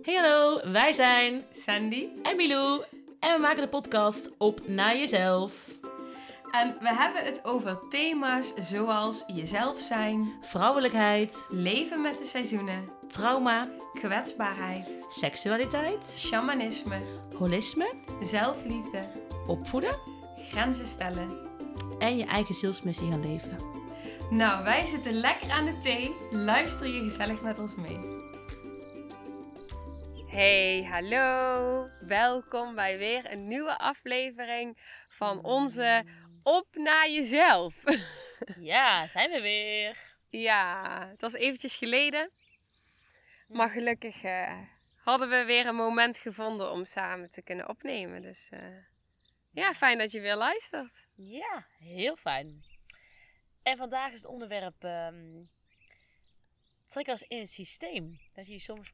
Hey hallo, wij zijn Sandy. en Milou en we maken de podcast Op Naar Jezelf. En we hebben het over thema's zoals jezelf zijn, Vrouwelijkheid, leven met de seizoenen, trauma, kwetsbaarheid, seksualiteit, shamanisme, holisme, zelfliefde, opvoeden grenzen stellen. en je eigen zielsmissie gaan leven. Nou, wij zitten lekker aan de thee. Luister je gezellig met ons mee. Hey, hallo. Welkom bij weer een nieuwe aflevering van onze Op Naar Jezelf. Ja, zijn we weer. Ja, het was eventjes geleden. Maar gelukkig hadden we weer een moment gevonden om samen te kunnen opnemen. Dus ja, fijn dat je weer luistert. Ja, heel fijn. En vandaag is het onderwerp triggers in het systeem. Dat je soms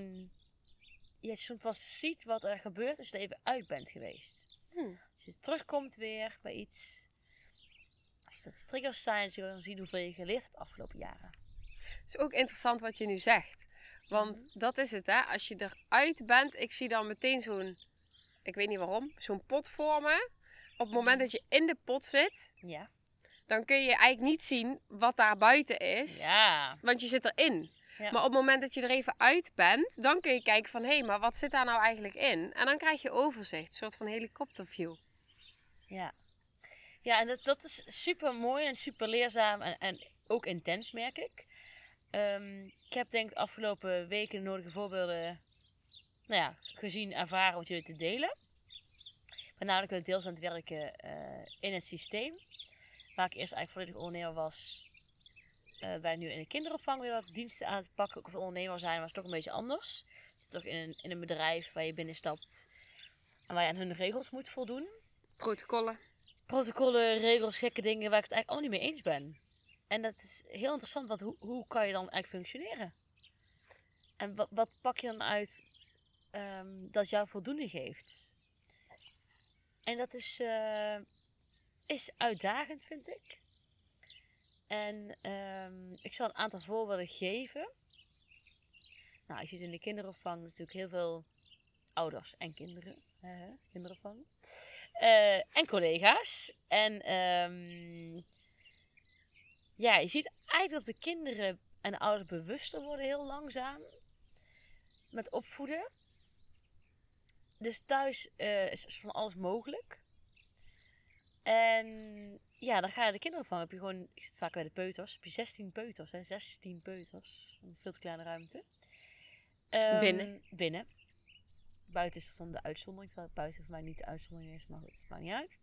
je soms pas ziet wat er gebeurt als je er even uit bent geweest. Als je terugkomt weer bij iets. Als je dat triggers zijn, dat je dan ziet hoeveel je geleerd hebt de afgelopen jaren. Het is ook interessant wat je nu zegt. Want dat is het, hè. Als je eruit bent, ik zie dan meteen zo'n, ik weet niet waarom, zo'n pot vormen. Op het moment dat je in de pot zit, Ja. dan kun je eigenlijk niet zien wat daar buiten is. Ja. Want je zit erin. Ja. Maar op het moment dat je er even uit bent, dan kun je kijken van, hé, maar wat zit daar nou eigenlijk in? En dan krijg je overzicht, een soort van helikopterview. Ja. Ja, en dat is super mooi en super leerzaam en ook intens, merk ik. Ik heb denk ik de afgelopen weken de nodige voorbeelden gezien, ervaren wat jullie te delen. Ik ben namelijk deels aan het werken in het systeem. Waar ik eerst eigenlijk volledig ondernemer was. Wij nu in de kinderopvang weer wat diensten aan het pakken. Ook als ondernemer zijn was het toch een beetje anders. Je zit toch in een bedrijf waar je binnenstapt en waar je aan hun regels moet voldoen. Protocollen, regels, gekke dingen waar ik het eigenlijk allemaal niet mee eens ben. En dat is heel interessant, want hoe kan je dan eigenlijk functioneren? En wat pak je dan uit dat jou voldoening geeft? En dat is uitdagend, vind ik. En ik zal een aantal voorbeelden geven. Nou, je ziet in de kinderopvang natuurlijk heel veel ouders en kinderen. Kinderopvang. En collega's. En je ziet eigenlijk dat de kinderen en de ouders bewuster worden heel langzaam. Met opvoeden. Dus thuis is van alles mogelijk. En ja, dan ga je de kinderopvang. Heb je gewoon, ik zit vaak bij de peuters. Heb je 16 peuters. 16 peuters. Een veel te kleine ruimte. Binnen. Buiten is het dan de uitzondering. Terwijl buiten voor mij niet de uitzondering is. Maar goed, het maakt niet uit.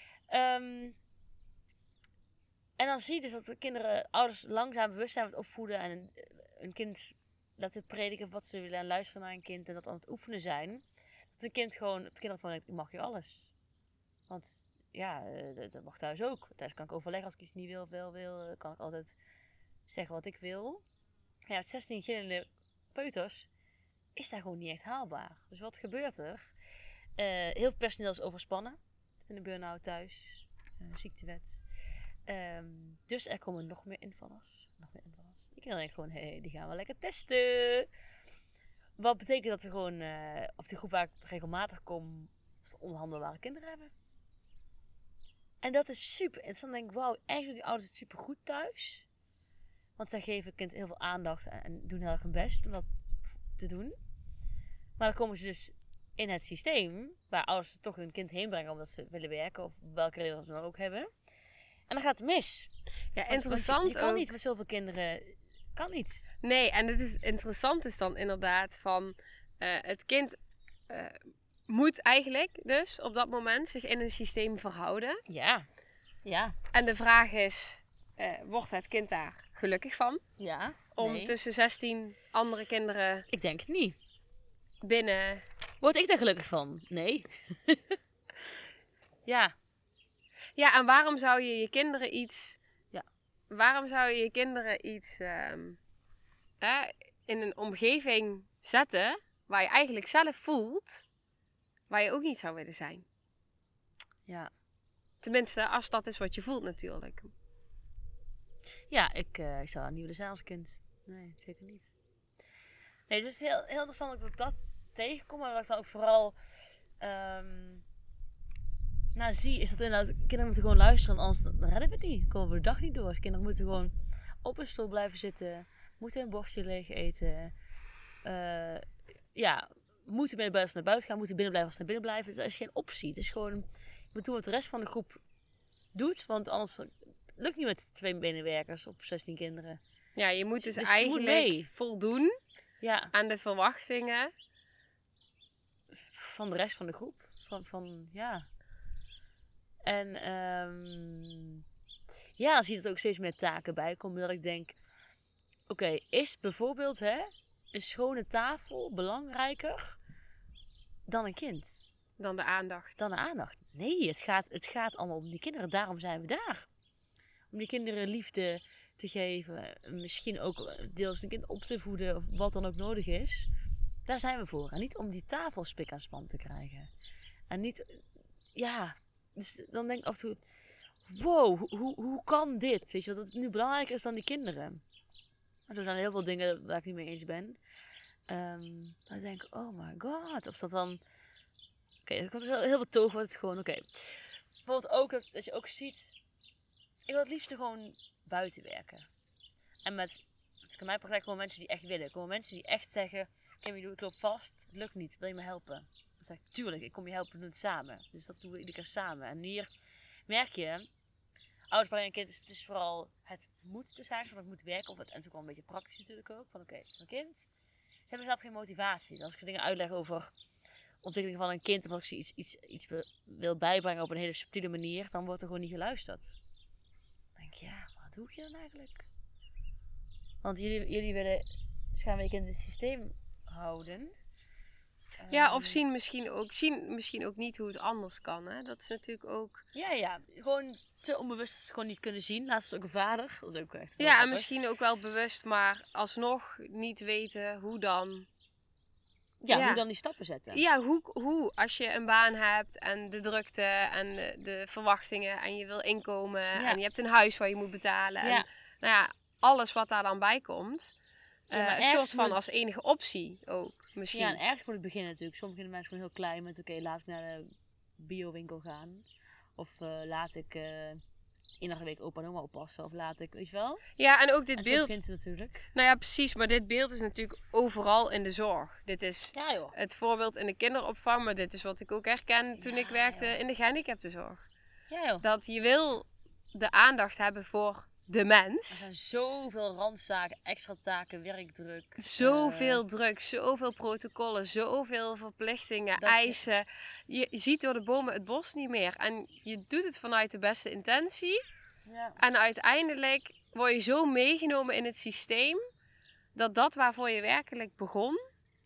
En dan zie je dus dat de ouders langzaam bewust zijn met opvoeden. En een kind laten prediken wat ze willen. En luisteren naar een kind. En dat aan het oefenen zijn. Dat een kind gewoon op de kinderopvang denkt, ik mag hier alles. Want ja, dat mag thuis ook. Thuis kan ik overleggen als ik iets niet wil. Kan ik altijd zeggen wat ik wil. Ja, met 16 gillende peuters is dat gewoon niet echt haalbaar. Dus wat gebeurt er? Heel veel personeel is overspannen. Zit in de burn-out thuis. Ziektewet. Dus er komen nog meer invallers. Ik denk gewoon, die gaan we lekker testen. Wat betekent dat we gewoon op die groep waar ik regelmatig kom, onhandelbare kinderen hebben. En dat is super interessant. Dan denk ik, wauw, eigenlijk doen die ouders het super goed thuis. Want zij geven het kind heel veel aandacht en doen heel erg hun best om dat te doen. Maar dan komen ze dus in het systeem, waar ouders toch hun kind heen brengen omdat ze willen werken of welke reden ze dan ook hebben. En dan gaat het mis. Ja, interessant want je kan niet met zoveel kinderen, kan niet. Nee, en het is interessant is dan inderdaad van het kind moet eigenlijk dus op dat moment zich in een systeem verhouden. Ja. En de vraag is, wordt het kind daar gelukkig van? Ja. Om tussen 16 andere kinderen... Ik denk het niet. Binnen... Word ik daar gelukkig van? Nee. Ja. Ja, en waarom zou je je kinderen iets... Ja. Waarom zou je je kinderen iets in een omgeving zetten waar je eigenlijk zelf voelt, waar je ook niet zou willen zijn? Ja. Tenminste, als dat is wat je voelt natuurlijk. Ja, ik zou daar niet willen zijn als kind. Nee, zeker niet. Nee, het is heel, heel interessant dat ik dat tegenkom. Maar wat ik dan ook vooral zie, is dat inderdaad kinderen moeten gewoon luisteren. Anders dan redden we het niet. Komen we de dag niet door. Kinderen moeten gewoon op een stoel blijven zitten. Moeten hun borstje leeg eten. Moeten binnen buiten naar buiten gaan. Moeten binnen blijven als ze naar binnen blijven. Dus dat is geen optie. Het is gewoon, je moet doen wat de rest van de groep doet. Want anders lukt niet met 2 binnenwerkers op 16 kinderen. Ja, je moet dus je moet eigenlijk mee. voldoen Ja, aan de verwachtingen. van de rest van de groep. Ja. En dan zie je dat ook steeds meer taken bij komen. Dat ik denk, oké, is bijvoorbeeld een schone tafel belangrijker dan een kind? Dan de aandacht. Dan de aandacht? Nee, het gaat allemaal om die kinderen. Daarom zijn we daar. Om die kinderen liefde te geven. Misschien ook deels een kind op te voeden. Of wat dan ook nodig is. Daar zijn we voor. En niet om die tafel spik aan span te krijgen. En niet... Ja, dus dan denk ik af en toe... Wow, hoe kan dit? Weet je, dat het nu belangrijker is dan die kinderen. En er zijn heel veel dingen waar ik niet mee eens ben. Dan denk ik, oh my god. Of dat dan... Oké, ik had heel betoog wordt het gewoon, oké. Bijvoorbeeld ook dat je ook ziet... Ik wil het liefst gewoon buiten werken. En als ik in mijn praktijk komen mensen die echt willen. Komen mensen die echt zeggen... Ik loop vast, het lukt niet, wil je me helpen? Dan zeg ik, tuurlijk, ik kom je helpen, we doen het samen. Dus dat doen we iedere keer samen. En hier merk je... Ouders brengen een kind, het is vooral het moet dus eigenlijk, want ik moet werken. En het is ook wel een beetje praktisch natuurlijk ook. Van oké, een kind. Ze hebben zelf geen motivatie. Dus als ik ze dingen uitleg over ontwikkeling van een kind. Of als ik ze iets wil bijbrengen op een hele subtiele manier. Dan wordt er gewoon niet geluisterd. Dan denk ik, ja, wat doe ik je dan eigenlijk? Want jullie willen schijnbaar in het systeem houden. Ja, of zien misschien ook niet hoe het anders kan. Hè? Dat is natuurlijk ook... Ja, gewoon te onbewust dat ze gewoon niet kunnen zien. Laatst ook een vader. Dat is ook echt Ja, en misschien ook wel bewust, maar alsnog niet weten hoe dan. Ja, hoe dan die stappen zetten. Ja, hoe als je een baan hebt en de drukte en de verwachtingen en je wil inkomen en je hebt een huis waar je moet betalen. En nou ja, alles wat daar dan bij komt. Een soort van als enige optie ook, misschien. Ja, en ergens moet het beginnen natuurlijk. Soms beginnen mensen gewoon heel klein met oké, laat ik naar de biowinkel gaan. Of laat ik iedere week opa en oma oppassen. Of laat ik, weet je wel? Ja, en ook dit en beeld. Zo begint het natuurlijk. Nou ja, precies. Maar dit beeld is natuurlijk overal in de zorg. Dit is joh. het voorbeeld in de kinderopvang. Maar dit is wat ik ook herken toen ik werkte in de gehandicaptenzorg. Ja joh. Dat je wil de aandacht hebben voor de mens. Er zijn zoveel randzaken, extra taken, werkdruk. Zoveel druk, zoveel protocollen, zoveel verplichtingen, eisen. Je ziet door de bomen het bos niet meer. En je doet het vanuit de beste intentie. Ja. En uiteindelijk word je zo meegenomen in het systeem... dat waarvoor je werkelijk begon...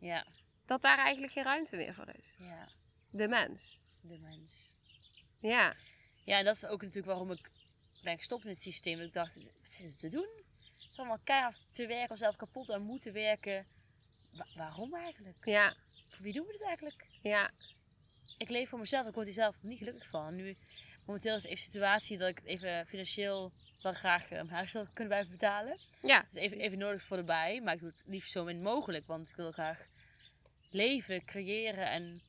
dat daar eigenlijk geen ruimte meer voor is. Ja. De mens. De mens. Ja. Ja, en dat is ook natuurlijk waarom ik ben gestopt in het systeem. Dat ik dacht, wat zit er te doen? Het is allemaal keihard te werken, zelf kapot en moeten werken. Waarom eigenlijk? Ja. Voor wie doen we dit eigenlijk? Ja. Ik leef voor mezelf, ik word hier zelf niet gelukkig van. En nu, momenteel is het even situatie dat ik het even financieel wel graag mijn huis wil kunnen blijven betalen. Ja. Dus even nodig voor erbij, maar ik doe het liefst zo min mogelijk. Want ik wil graag leven, creëren en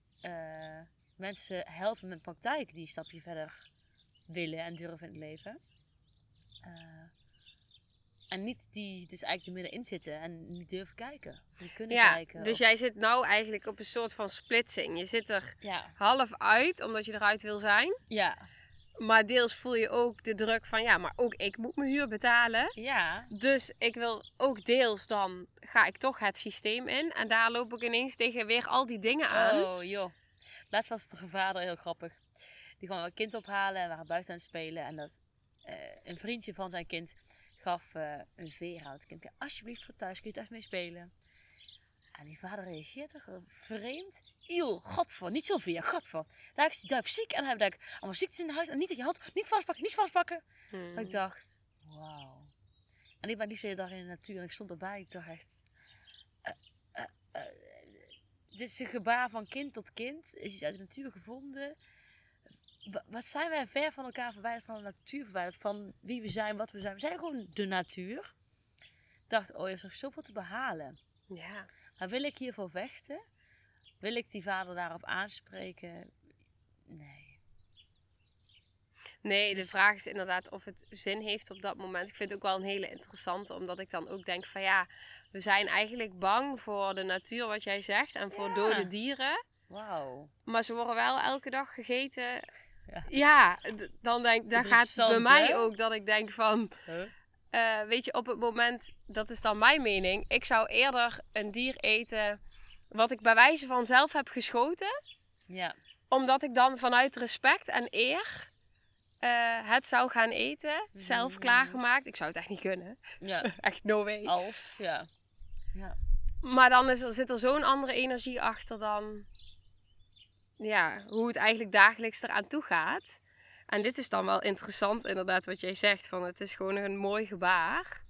mensen helpen met praktijk die een stapje verder willen en durven in het leven. En niet die dus eigenlijk er middenin zitten en niet durven kijken. Niet kunnen kijken. Dus jij zit nou eigenlijk op een soort van splitsing. Je zit er half uit, omdat je eruit wil zijn. Ja. Maar deels voel je ook de druk van, maar ook ik moet mijn huur betalen. Ja. Dus ik wil ook deels dan, ga ik toch het systeem in. En daar loop ik ineens tegen weer al die dingen aan. Oh joh. Laatst was het een vader, heel grappig. Die kwam een kind ophalen en waren buiten aan het spelen. En dat een vriendje van zijn kind gaf een veer aan het kind. Alsjeblieft voor thuis, kun je het echt mee spelen? En die vader reageert toch vreemd. Iel, godver, niet zo veer, godver. Daar is die duif ziek en hij heeft allemaal ziektes in huis. En niet dat je had, niet vastpakken. En ik dacht, wauw. En ik ben liefst de hele dag in de natuur en ik stond erbij. Ik dacht echt, dit is een gebaar van kind tot kind. Is iets uit de natuur gevonden. Wat zijn wij ver van elkaar verwijderd, van de natuur verwijderd, van wie we zijn, wat we zijn. We zijn gewoon de natuur. Ik dacht, er is nog zoveel te behalen. Ja. Maar wil ik hiervoor vechten? Wil ik die vader daarop aanspreken? Nee. Nee, de Dus- vraag is inderdaad of het zin heeft op dat moment. Ik vind het ook wel een hele interessante, omdat ik dan ook denk van ja, we zijn eigenlijk bang voor de natuur, wat jij zegt, en voor dode dieren. Wauw. Maar ze worden wel elke dag gegeten. Ja. Ja, dan gaat het bij Interessant, mij hè? ook dat ik denk van, weet je, op het moment, dat is dan mijn mening, ik zou eerder een dier eten wat ik bij wijze van zelf heb geschoten, Ja. omdat ik dan vanuit respect en eer het zou gaan eten, zelf klaargemaakt. Ik zou het echt niet kunnen. Ja. Echt no way. Als, ja. Ja. Maar dan zit er zo'n andere energie achter dan ja, hoe het eigenlijk dagelijks eraan toe gaat. En dit is dan wel interessant inderdaad wat jij zegt. Van het is gewoon een mooi gebaar.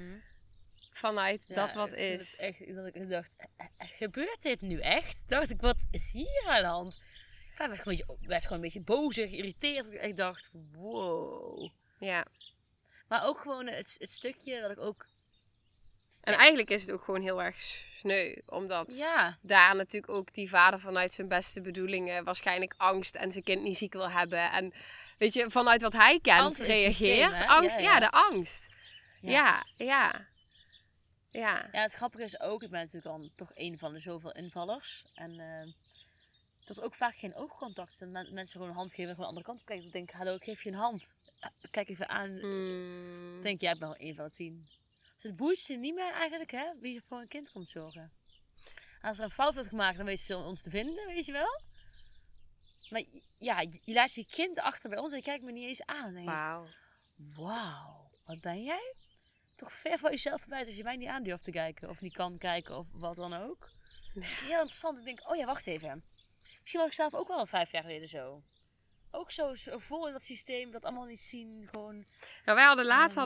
Vanuit dat wat ik vind is. het echt, dat ik dacht, gebeurt dit nu echt? Dacht ik, wat is hier aan de hand? Ik werd gewoon een beetje boos en geïrriteerd. Ik dacht, wow. Ja. Maar ook gewoon het stukje dat ik ook... En eigenlijk is het ook gewoon heel erg sneu. Omdat Ja. daar natuurlijk ook die vader vanuit zijn beste bedoelingen waarschijnlijk angst en zijn kind niet ziek wil hebben. En weet je, vanuit wat hij kent Angst in het reageert. systeem, hè? Angst, Ja. de angst. Ja. Ja. Ja, het grappige is ook, ik ben natuurlijk dan toch een van de zoveel invallers. En dat er ook vaak geen oogcontact is. En mensen gewoon een hand geven en gewoon de andere kant op kijken. Ik denk, hallo, ik geef je een hand. Kijk even aan. Ik denk, jij bent wel 1 van de 10. Dus het boeit ze niet meer eigenlijk, hè, wie er voor een kind komt zorgen. Als er een fout wordt gemaakt, dan weten ze ons te vinden, weet je wel. Maar ja, je laat je kind achter bij ons en je kijkt me niet eens aan. Dan denk ik, wauw, wat ben jij? Toch ver van jezelf verwijt als je mij niet aan durft te kijken. Of niet kan kijken of wat dan ook. Nee. Heel interessant. Ik denk, oh ja, wacht even. Misschien was ik zelf ook wel al 5 jaar geleden zo. Ook zo vol in dat systeem, dat allemaal niet zien. Gewoon... Nou, wij hadden laatst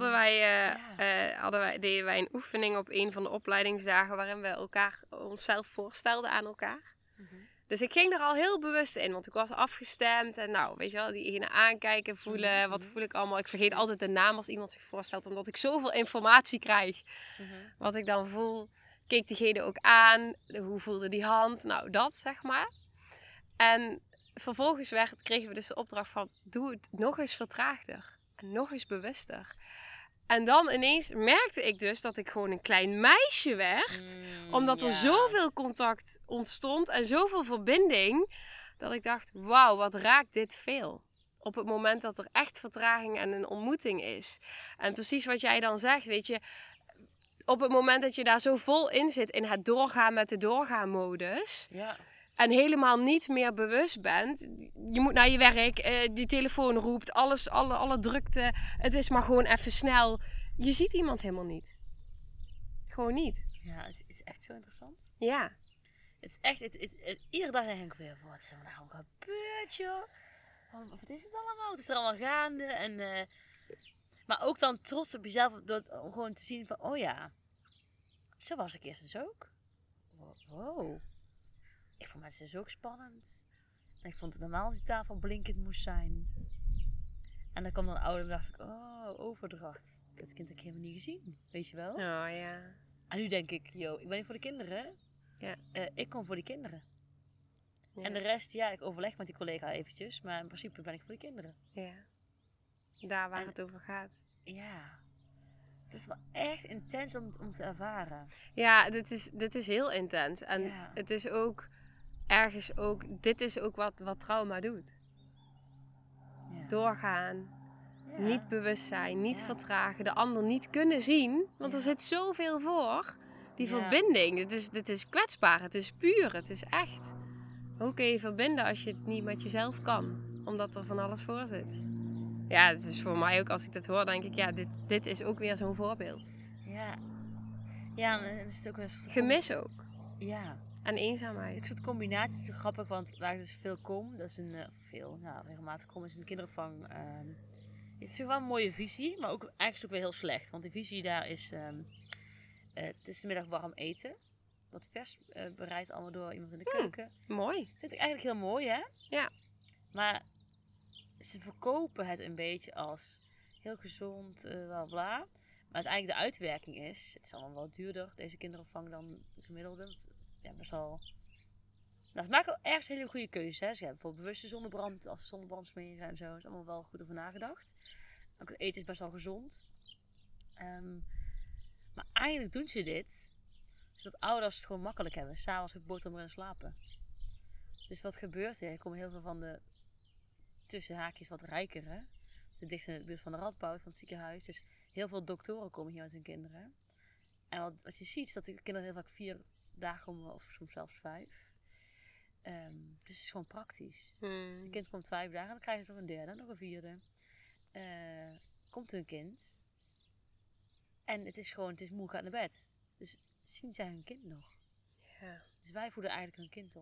deden wij een oefening op een van de opleidingsdagen waarin we onszelf voorstelden aan elkaar. Dus ik ging er al heel bewust in, want ik was afgestemd en nou, weet je wel, die ene aankijken, voelen, wat voel ik allemaal. Ik vergeet altijd de naam als iemand zich voorstelt, omdat ik zoveel informatie krijg. Wat ik dan voel, keek diegene ook aan, hoe voelde die hand, nou dat zeg maar. En vervolgens kregen we dus de opdracht van, doe het nog eens vertraagder en nog eens bewuster. En dan ineens merkte ik dus dat ik gewoon een klein meisje werd. Omdat er zoveel contact ontstond en zoveel verbinding. Dat ik dacht, wauw, wat raakt dit veel. Op het moment dat er echt vertraging en een ontmoeting is. En precies wat jij dan zegt, weet je. Op het moment dat je daar zo vol in zit, in het doorgaan met de doorgaanmodus. Ja. En helemaal niet meer bewust bent. Je moet naar je werk, die telefoon roept, alles, alle drukte. Het is maar gewoon even snel. Je ziet iemand helemaal niet. Gewoon niet. Ja, het is echt zo interessant. Ja. Het is echt, iedere dag denk ik weer, wat is er nou gebeurd, joh? Wat is het allemaal? Wat is er allemaal gaande? En, maar ook dan trots op jezelf, om gewoon te zien van, oh ja, zo was ik eerst dus ook. Wow. Ik vond mensen dus ook spannend. En ik vond het normaal dat die tafel blinkend moest zijn. En dan kwam dan ouder en dacht ik, oh, overdracht. Ik heb het kind ook helemaal niet gezien, weet je wel? Oh ja. En nu denk ik, ik ben niet voor de kinderen. Ja. Ik kom voor die kinderen. Ja. En de rest, ik overleg met die collega eventjes. Maar in principe ben ik voor de kinderen. Ja. Daar waar het over gaat. Ja. Het is wel echt intens om te ervaren. Ja, dit is heel intens. En het is ook ergens ook... Dit is ook wat trauma doet. Ja. Doorgaan. Ja. Niet bewust zijn. Niet vertragen. De ander niet kunnen zien. Want er zit zoveel voor. Die verbinding. Dit is kwetsbaar. Het is puur. Het is echt. Hoe kun je verbinden als je het niet met jezelf kan? Omdat er van alles voor zit. Ja, het is voor mij ook, als ik dit hoor, denk ik, ja, dit is ook weer zo'n voorbeeld. Ja. Ja, en het is ook weer... Gemis ook. Ja. En eenzaamheid. Ik soort combinatie is zo grappig, want waar ik dus veel kom, dat is regelmatig kom, is een kinderopvang. Het is wel een mooie visie, maar ook eigenlijk ook weer heel slecht. Want die visie daar is tussen de middag warm eten. Wat vers bereid allemaal door iemand in de keuken. Mooi. Vind ik eigenlijk heel mooi, hè? Ja. Maar ze verkopen het een beetje als heel gezond, bla bla. Maar uiteindelijk de uitwerking is... Het is allemaal wel duurder, deze kinderopvang, dan de gemiddelde. Want, ja, best wel... Nou, ze maken ergens hele goede keuzes. Hè. Ze hebben bijvoorbeeld bewuste zonnebrand, als zonnebrand smeren en zo. Dat is allemaal wel goed over nagedacht. Ook het eten is best wel gezond. Maar eigenlijk doen ze dit... zodat ouders het gewoon makkelijk hebben. S'avonds met boterham en slapen. Dus wat gebeurt er? Er komen heel veel van de tussen haakjes wat rijkere. Ze dicht in de buurt van de Radboud, van het ziekenhuis. Dus heel veel doktoren komen hier met hun kinderen. En wat je ziet is dat de kinderen heel vaak 4 dagen komen, of soms zelfs 5. Dus het is gewoon praktisch. Dus een kind komt 5 dagen, dan krijgen ze nog een derde, nog een 4e. Komt hun kind. En het is moe, gaat naar bed. Dus zien zij hun kind nog. Ja. Dus wij voeden eigenlijk hun kind op.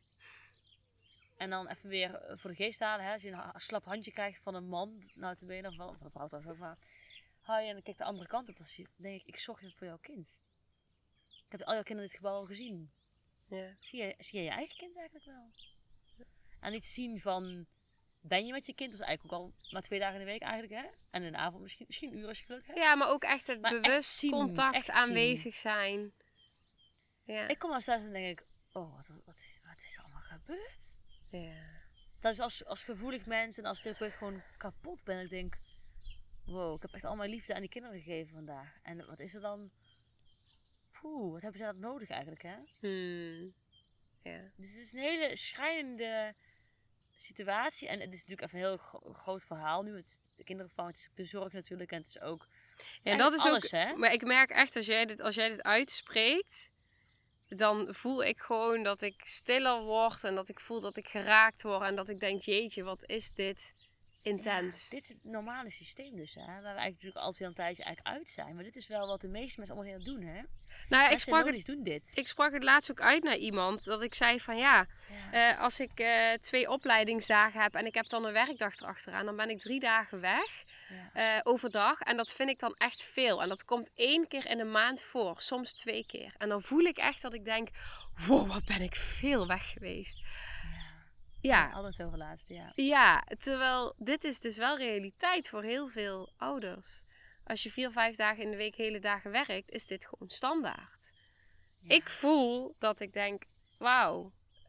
En dan even weer voor de geest halen. Hè? Als je een slap handje krijgt van een man. Nou, te benen van een vrouw trouwens ook maar. Hou je en dan kijk de andere kant op. Dan denk ik zorg je voor jouw kind. Ik heb al jouw kinderen in dit gebouw al gezien. Ja. Zie je eigen kind eigenlijk wel? En niet zien van... Ben je met je kind? Dat is eigenlijk ook al maar 2 dagen in de week eigenlijk, hè? En in de avond misschien een uur als je geluk hebt. Ja, maar ook echt het Maar bewust echt zien, contact echt aanwezig zijn. Ja. Ik kom dan thuis en denk ik... Oh, wat is allemaal gebeurd? Ja. Dat is als gevoelig mens en als therapeut gewoon kapot ben. Ik denk... Wow, ik heb echt al mijn liefde aan die kinderen gegeven vandaag. En wat is er dan... Poeh, wat hebben ze dat nodig eigenlijk, hè? Ja. Dus het is een hele schrijnende situatie. En het is natuurlijk even een heel groot verhaal nu. Het is de kinderopvang, het is de zorg natuurlijk. En het is ook... Ja, dat is alles, ook... hè? Maar ik merk echt, als jij dit uitspreekt... Dan voel ik gewoon dat ik stiller word. En dat ik voel dat ik geraakt word. En dat ik denk, jeetje, wat is dit intens. Ja, dit is het normale systeem dus, hè? Waar we eigenlijk natuurlijk altijd al een tijdje eigenlijk uit zijn. Maar dit is wel wat de meeste mensen allemaal heel doen, hè? Nou ja, ik sprak het laatst ook uit naar iemand. Dat ik zei van als ik 2 opleidingsdagen heb en ik heb dan een werkdag erachteraan, dan ben ik 3 dagen weg overdag. En dat vind ik dan echt veel. En dat komt 1 keer in de maand voor, soms 2 keer. En dan voel ik echt dat ik denk, wow, wat ben ik veel weg geweest. Ja. Alles over laatst, ja. Ja, terwijl dit is dus wel realiteit voor heel veel ouders. Als je 4, 5 dagen in de week hele dagen werkt, is dit gewoon standaard. Ja. Ik voel dat ik denk, wauw,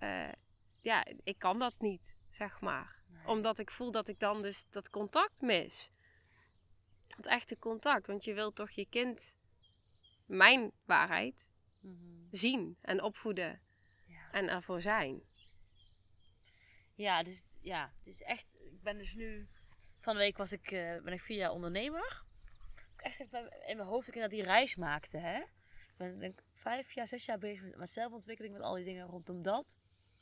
ik kan dat niet, zeg maar. Nee. Omdat ik voel dat ik dan dus dat contact mis. Het echte contact, want je wilt toch je kind, mijn waarheid, zien en opvoeden en ervoor zijn. Ja, dus het is echt. Ik ben dus nu. Van de week ben ik 4 jaar ondernemer. Echt in mijn hoofd dat ik die reis maakte, hè. Ik ben denk 5 jaar, 6 jaar bezig met zelfontwikkeling, met al die dingen rondom dat.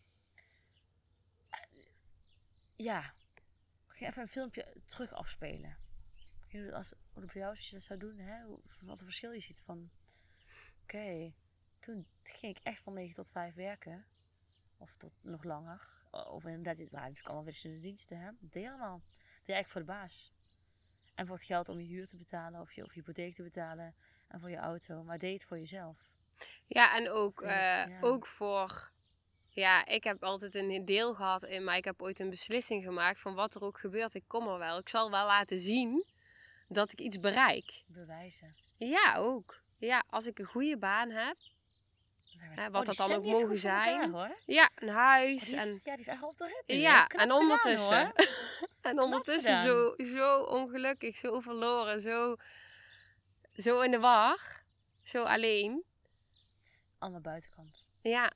Ja. Ik ging even een filmpje terug afspelen. Ik weet niet als voor jou, als je dat zou doen, hè. Wat een verschil je ziet van. Oké, toen ging ik echt van 9 tot 5 werken. Of tot nog langer. Of inderdaad, dit waren natuurlijk allemaal verschillende diensten, hè. Dat deed je allemaal. Dat deed je eigenlijk voor de baas. En voor het geld om je huur te betalen of je hypotheek te betalen. En voor je auto. Maar deed je het voor jezelf. Ja, en ook, ook voor... Ja, ik heb altijd een deel gehad in, maar ik heb ooit een beslissing gemaakt van wat er ook gebeurt. Ik kom er wel. Ik zal wel laten zien dat ik iets bereik. Bewijzen. Ja, ook. Ja, als ik een goede baan heb. Wat dat dan ook mogen zijn. Elkaar, ja, een huis. Die heeft echt op de rit. Ja, en ondertussen. En ondertussen zo ongelukkig, zo verloren, zo in de war. Zo alleen. Aan de buitenkant. Ja.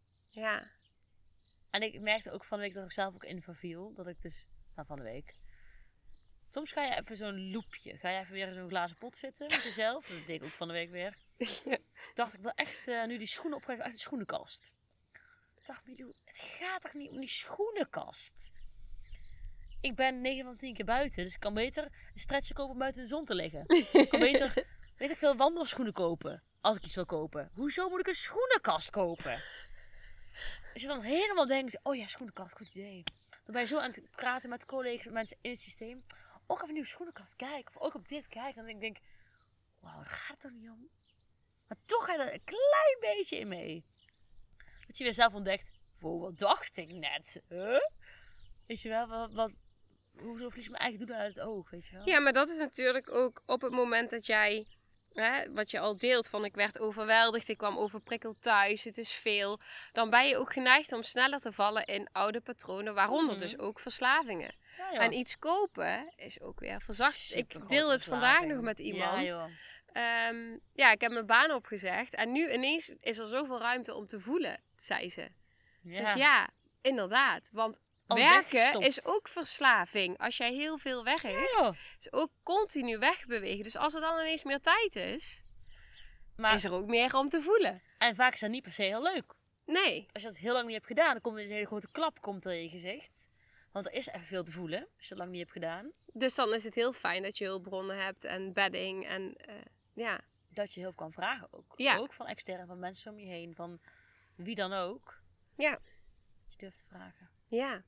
En ik merkte ook van de week dat ik zelf ook in verviel. Dat ik dus, van de week. Soms ga je even zo'n loopje. Ga je even weer in zo'n glazen pot zitten met jezelf. Dat deed ik ook van de week weer. Ja. Dacht ik wil echt nu die schoenen opgeven uit de schoenenkast. Ik dacht, het gaat toch niet om die schoenenkast? Ik ben 9 van 10 keer buiten. Dus ik kan beter een stretcher kopen om buiten de zon te liggen. Ik kan beter, weet ik veel, wandelschoenen kopen. Als ik iets wil kopen. Hoezo moet ik een schoenenkast kopen? Als je dan helemaal denkt, oh ja, schoenenkast, goed idee. Dan ben je zo aan het praten met collega's, met mensen in het systeem. Ook op een nieuwe schoenenkast kijken. Of ook op dit kijken. En dan denk ik, wauw, daar gaat het toch niet om? Maar toch ga je er een klein beetje in mee. Dat je weer zelf ontdekt, wow, wat dacht ik net? Huh? Weet je wel, wat hoezo verlies ik mijn eigen doelen uit het oog, weet je wel? Ja, maar dat is natuurlijk ook op het moment dat jij, wat je al deelt, van ik werd overweldigd, ik kwam overprikkeld thuis, het is veel. Dan ben je ook geneigd om sneller te vallen in oude patronen, waaronder dus ook verslavingen. Ja, joh. En iets kopen is ook weer verzacht. Ik Supergrote deel het vandaag verslaving. nog met iemand. Ja, joh. Ik heb mijn baan opgezegd en nu ineens is er zoveel ruimte om te voelen, zei ze. Ik zeg, ja, inderdaad. Want Al werken weggestopt. is ook verslaving. Als jij heel veel werkt, Ja, joh. is ook continu wegbewegen. Dus als er dan ineens meer tijd is, Maar, is er ook meer om te voelen. en vaak is dat niet per se heel leuk. Nee. Als je dat heel lang niet hebt gedaan, dan komt er een hele grote klap komt er in je gezicht. Want er is even veel te voelen, als je dat lang niet hebt gedaan. Dus dan is het heel fijn dat je hulpbronnen hebt en bedding en ja. Dat je hulp kan vragen ook. Ja. Ook van extern, van mensen om je heen, van wie dan ook. Ja. Dat je durft te vragen. Ja.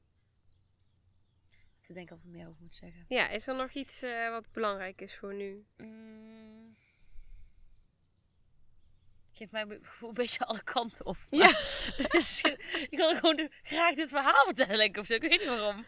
Te denken of ik er meer over moet zeggen. Ja, is er nog iets wat belangrijk is voor nu? Geef mij gevoel een beetje alle kanten op. Ja. Dus ik wil gewoon graag dit verhaal vertellen of zo. Ik weet niet waarom.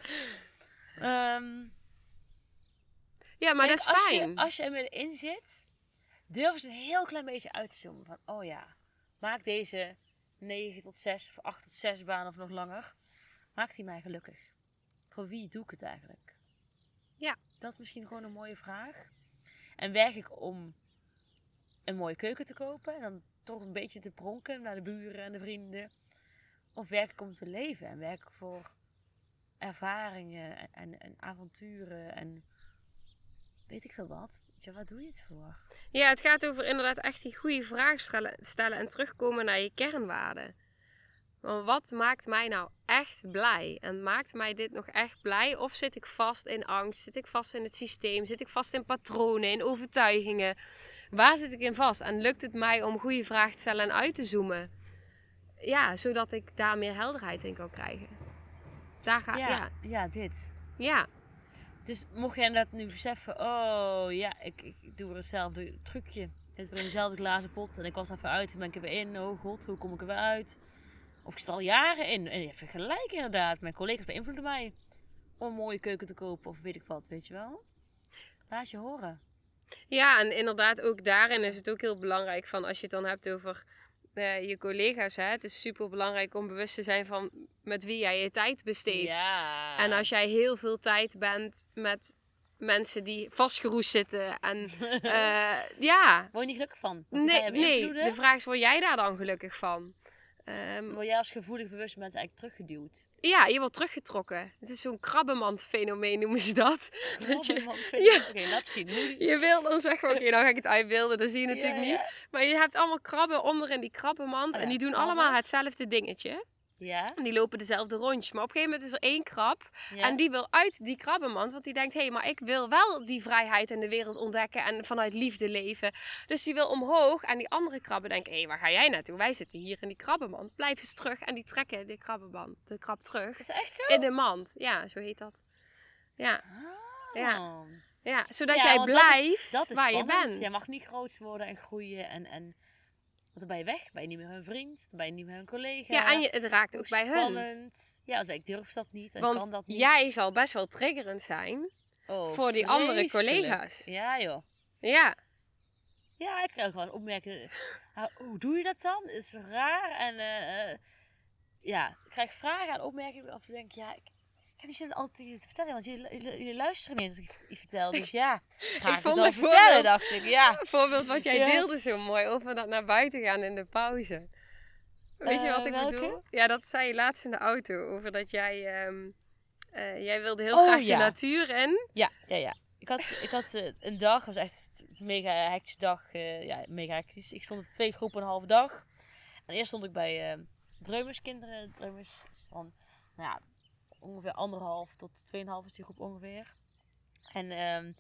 Ja, maar dat is fijn. Als je er middenin zit, durf eens een heel klein beetje uit te zoomen. Van, oh ja, maak deze 9 tot 6 of 8 tot 6 baan of nog langer. Maakt die mij gelukkig? Voor wie doe ik het eigenlijk? Ja. Dat is misschien gewoon een mooie vraag. En werk ik om een mooie keuken te kopen en dan toch een beetje te pronken naar de buren en de vrienden? Of werk ik om te leven en werk ik voor ervaringen en avonturen en weet ik veel wat? Ja, waar doe je het voor? Ja, het gaat over inderdaad echt die goede vraag stellen en terugkomen naar je kernwaarden. Want wat maakt mij nou echt blij? En maakt mij dit nog echt blij? Of zit ik vast in angst? Zit ik vast in het systeem? Zit ik vast in patronen, in overtuigingen? Waar zit ik in vast? En lukt het mij om goede vragen te stellen en uit te zoomen? Ja, zodat ik daar meer helderheid in kan krijgen. Daar ga Ja, dit. Ja. Dus mocht jij dat nu beseffen, oh ja, ik doe weer hetzelfde trucje. Ik zit weer in dezelfde glazen pot en ik was even uit en ben ik er weer in. Oh god, hoe kom ik er weer uit? Of ik zit al jaren in. En je hebt gelijk inderdaad. Mijn collega's beïnvloeden mij om een mooie keuken te kopen of weet ik wat, weet je wel. Laat je horen. Ja, en inderdaad ook daarin is het ook heel belangrijk van als je het dan hebt over je collega's. Hè, het is super belangrijk om bewust te zijn van met wie jij je tijd besteedt. Ja. En als jij heel veel tijd bent met mensen die vastgeroest zitten en ja. Word je niet gelukkig van? Nee, de vraag is, word jij daar dan gelukkig van? Word jij als gevoelig bewust mensen eigenlijk teruggeduwd? Ja, je wordt teruggetrokken. Het is zo'n krabbenmand-fenomeen noemen ze dat. Oké, laat zien. Je wil dan zeggen, oké, dan ga ik het uitbeelden. Dat zie je natuurlijk niet. Maar je hebt allemaal krabben onder in die krabbenmand. En die doen allemaal hetzelfde dingetje. Ja. En die lopen dezelfde rondjes. Maar op een gegeven moment is er één krab. Ja. En die wil uit die krabbenmand. Want die denkt, hé, maar ik wil wel die vrijheid en de wereld ontdekken. En vanuit liefde leven. Dus die wil omhoog. En die andere krabben denken, hé, waar ga jij naartoe? Wij zitten hier in die krabbenmand. Blijf eens terug. En die trekken de krab terug. Is dat echt zo? In de mand. Ja, zo heet dat. Ja. Oh. Ja, zodat jij blijft dat is waar spannend. je bent. Jij mag niet groot worden en groeien en want dan ben je weg. Ben je niet meer hun vriend. Dan ben je niet meer hun collega. Ja, en het raakt ook bij hun. Spannend. Ja, want ik durf dat niet en Want kan dat niet. jij zal best wel triggerend zijn voor die andere collega's. Ja, joh. Ja. Ja, ik krijg wel opmerken. Hoe doe je dat dan? Het is raar en ja, ik krijg vragen en opmerkingen of ik denk, ja, ik heb niet zin om altijd iets te vertellen, want jullie luisteren niet als ik iets vertel. Dus ja, ga ik het dan vertellen, dacht ik. Ja. Een voorbeeld wat jij deelde zo mooi over dat naar buiten gaan in de pauze. Weet je wat ik bedoel? Ja, dat zei je laatst in de auto over dat jij, jij wilde heel graag de natuur in. Ja. Ik had een dag, was echt een mega hectische dag. Mega hectisch. Ik stond op 2 groepen een halve dag. En eerst stond ik bij Dreumers kinderen. Dreumers is van, nou ja, ongeveer 1,5 tot 2,5 is die groep ongeveer. En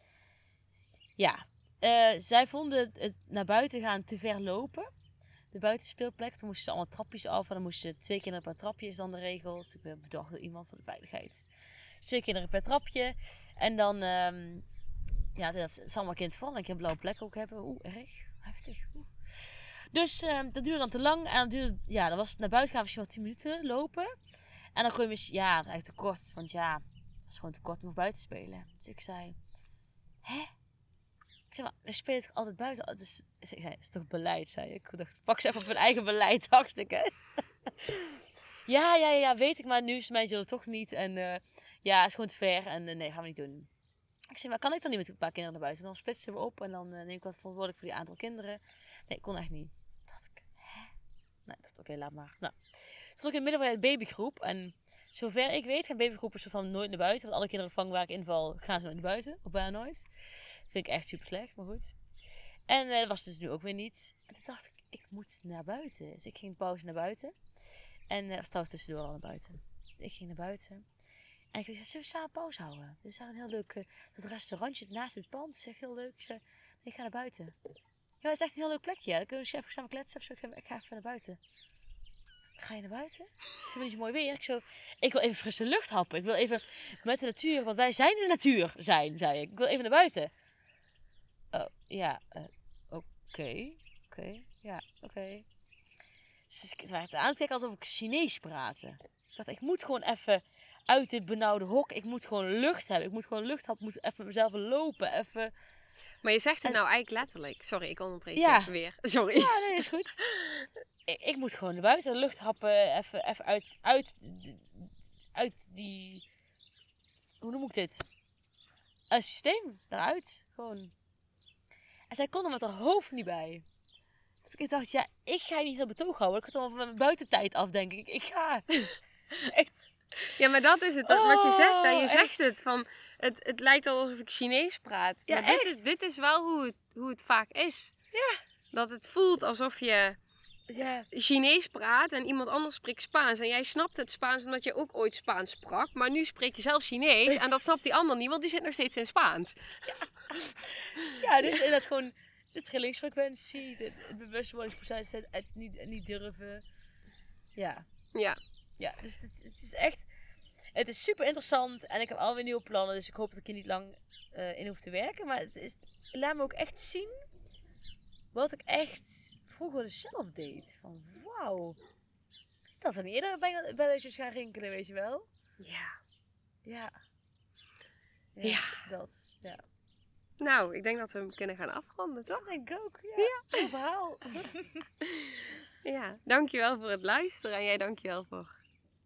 zij vonden het naar buiten gaan te ver lopen. De buitenspeelplek. Dan moesten ze allemaal trapjes af. En dan moesten ze 2 kinderen per trapje is dan de regel. Dus ik ben bedacht door iemand voor de veiligheid. Dus 2 kinderen per trapje. En dan, dat is allemaal kind van. En ik heb een blauwe plek ook hebben. Oeh, erg. Heftig. Oeh. Dus dat duurde dan te lang. En dan was het naar buiten gaan misschien wel 10 minuten lopen. En dan kon je misschien, eigenlijk te kort. Want ja, was gewoon te kort om nog buiten te spelen. Dus ik zei, hè? Ik zei, maar dan speel je toch altijd buiten? Dus ik zei, het is toch beleid, zei ik. Ik dacht, pak ze even op mijn eigen beleid, dacht ik, hè. Ja, weet ik, maar nu is mijn jullie toch niet. En ja, het is gewoon te ver en nee, gaan we niet doen. Ik zei, maar kan ik dan niet met een paar kinderen naar buiten? Dan splitsen we op en dan neem ik wat verantwoordelijk voor die aantal kinderen. Nee, ik kon echt niet. Toen dacht ik, hè? Nee, dat is oké, laat maar. Nou, stond ik in het midden van de babygroep. En zover ik weet gaan babygroepen soort van nooit naar buiten. Want alle kinderen vangen waar ik inval, gaan ze nooit naar buiten. Of bijna nooit. Vind ik echt super slecht, maar goed. En dat was dus nu ook weer niet. En toen dacht ik moet naar buiten. Dus ik ging pauze naar buiten. En was trouwens tussendoor al naar buiten. Ik ging naar buiten. En ik zei, zullen we samen pauze houden? Dus daar een heel leuk dat restaurantje naast het pand. Dat is echt heel leuk. Ik zei, nee, ik ga naar buiten. Ja, het is echt een heel leuk plekje. Dan kunnen we even samen kletsen of zo. Ik ga even naar buiten. Ga je naar buiten? Het is wel zo mooi weer. Ik wil even frisse lucht happen. Ik wil even met de natuur, want wij zijn in de natuur zijn, zei ik. Ik wil even naar buiten. Oh, ja, oké. Ja, oké. Dus ze waren aan het kijken alsof ik Chinees praatte. Ik dacht, ik moet gewoon even uit dit benauwde hok. Ik moet gewoon lucht hebben. Ik moet gewoon lucht hebben. Ik moet even mezelf lopen. Even... Maar je zegt het nou eigenlijk letterlijk. Sorry, ik onderbreek Ja. je weer. Sorry. Ja, nee, is goed. Ik moet gewoon naar buiten, lucht happen. Even uit die... Hoe noem ik dit? Uit het systeem. Daaruit. Gewoon. En zij kon er met haar hoofd niet bij. Dus ik dacht, ja, ik ga je niet heel betoog houden. Ik ga dan van mijn buitentijd af, denk ik. Ik ga. Echt. Ja, maar dat is het wat je zegt. Hè? Je echt. zegt het van, het lijkt al alsof ik Chinees praat. Ja, maar echt. dit is wel hoe het vaak is. Ja. Dat het voelt alsof je Ja. Chinees praat en iemand anders spreekt Spaans. En jij snapt het Spaans omdat je ook ooit Spaans sprak. Maar nu spreek je zelf Chinees en dat snapt die ander niet, want die zit nog steeds in Spaans. Ja, dus inderdaad gewoon de trillingsfrequentie, het bewustwordingsproces, het niet durven. Ja. Ja. Ja, dus het is echt... Het is super interessant en ik heb alweer nieuwe plannen, dus ik hoop dat ik hier niet lang in hoef te werken. Maar laat me ook echt zien wat ik echt vroeger dus zelf deed. Van wauw. Dat er niet eerder belletjes gaan rinkelen, weet je wel. Ja. Ja. Ja. Dat, ja. Nou, ik denk dat we hem kunnen gaan afronden, toch? Dat denk ik ook, ja. Heel verhaal. Ja, dankjewel voor het luisteren en jij dankjewel voor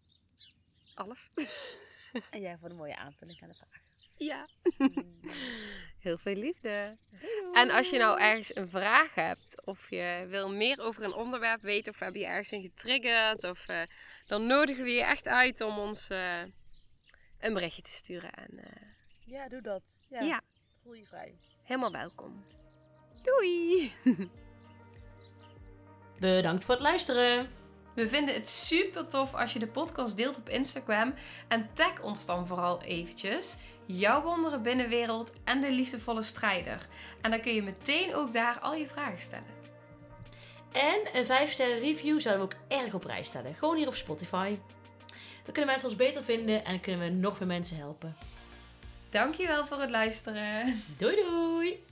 alles. En jij voor de mooie aanvulling aan de vraag. Ja. Mm. Heel veel liefde. Doei. En als je nou ergens een vraag hebt of je wil meer over een onderwerp weten of heb je ergens in getriggerd of dan nodigen we je echt uit om ons een berichtje te sturen. En Ja, doe dat. ja, Voel je vrij. helemaal welkom. Doei! Bedankt voor het luisteren. We vinden het super tof als je de podcast deelt op Instagram en tag ons dan vooral eventjes. Jouw wondere binnenwereld en de liefdevolle strijder. En dan kun je meteen ook daar al je vragen stellen. En een 5-sterren review zouden we ook erg op prijs stellen. Gewoon hier op Spotify. Dan kunnen mensen ons beter vinden en kunnen we nog meer mensen helpen. Dankjewel voor het luisteren. Doei doei!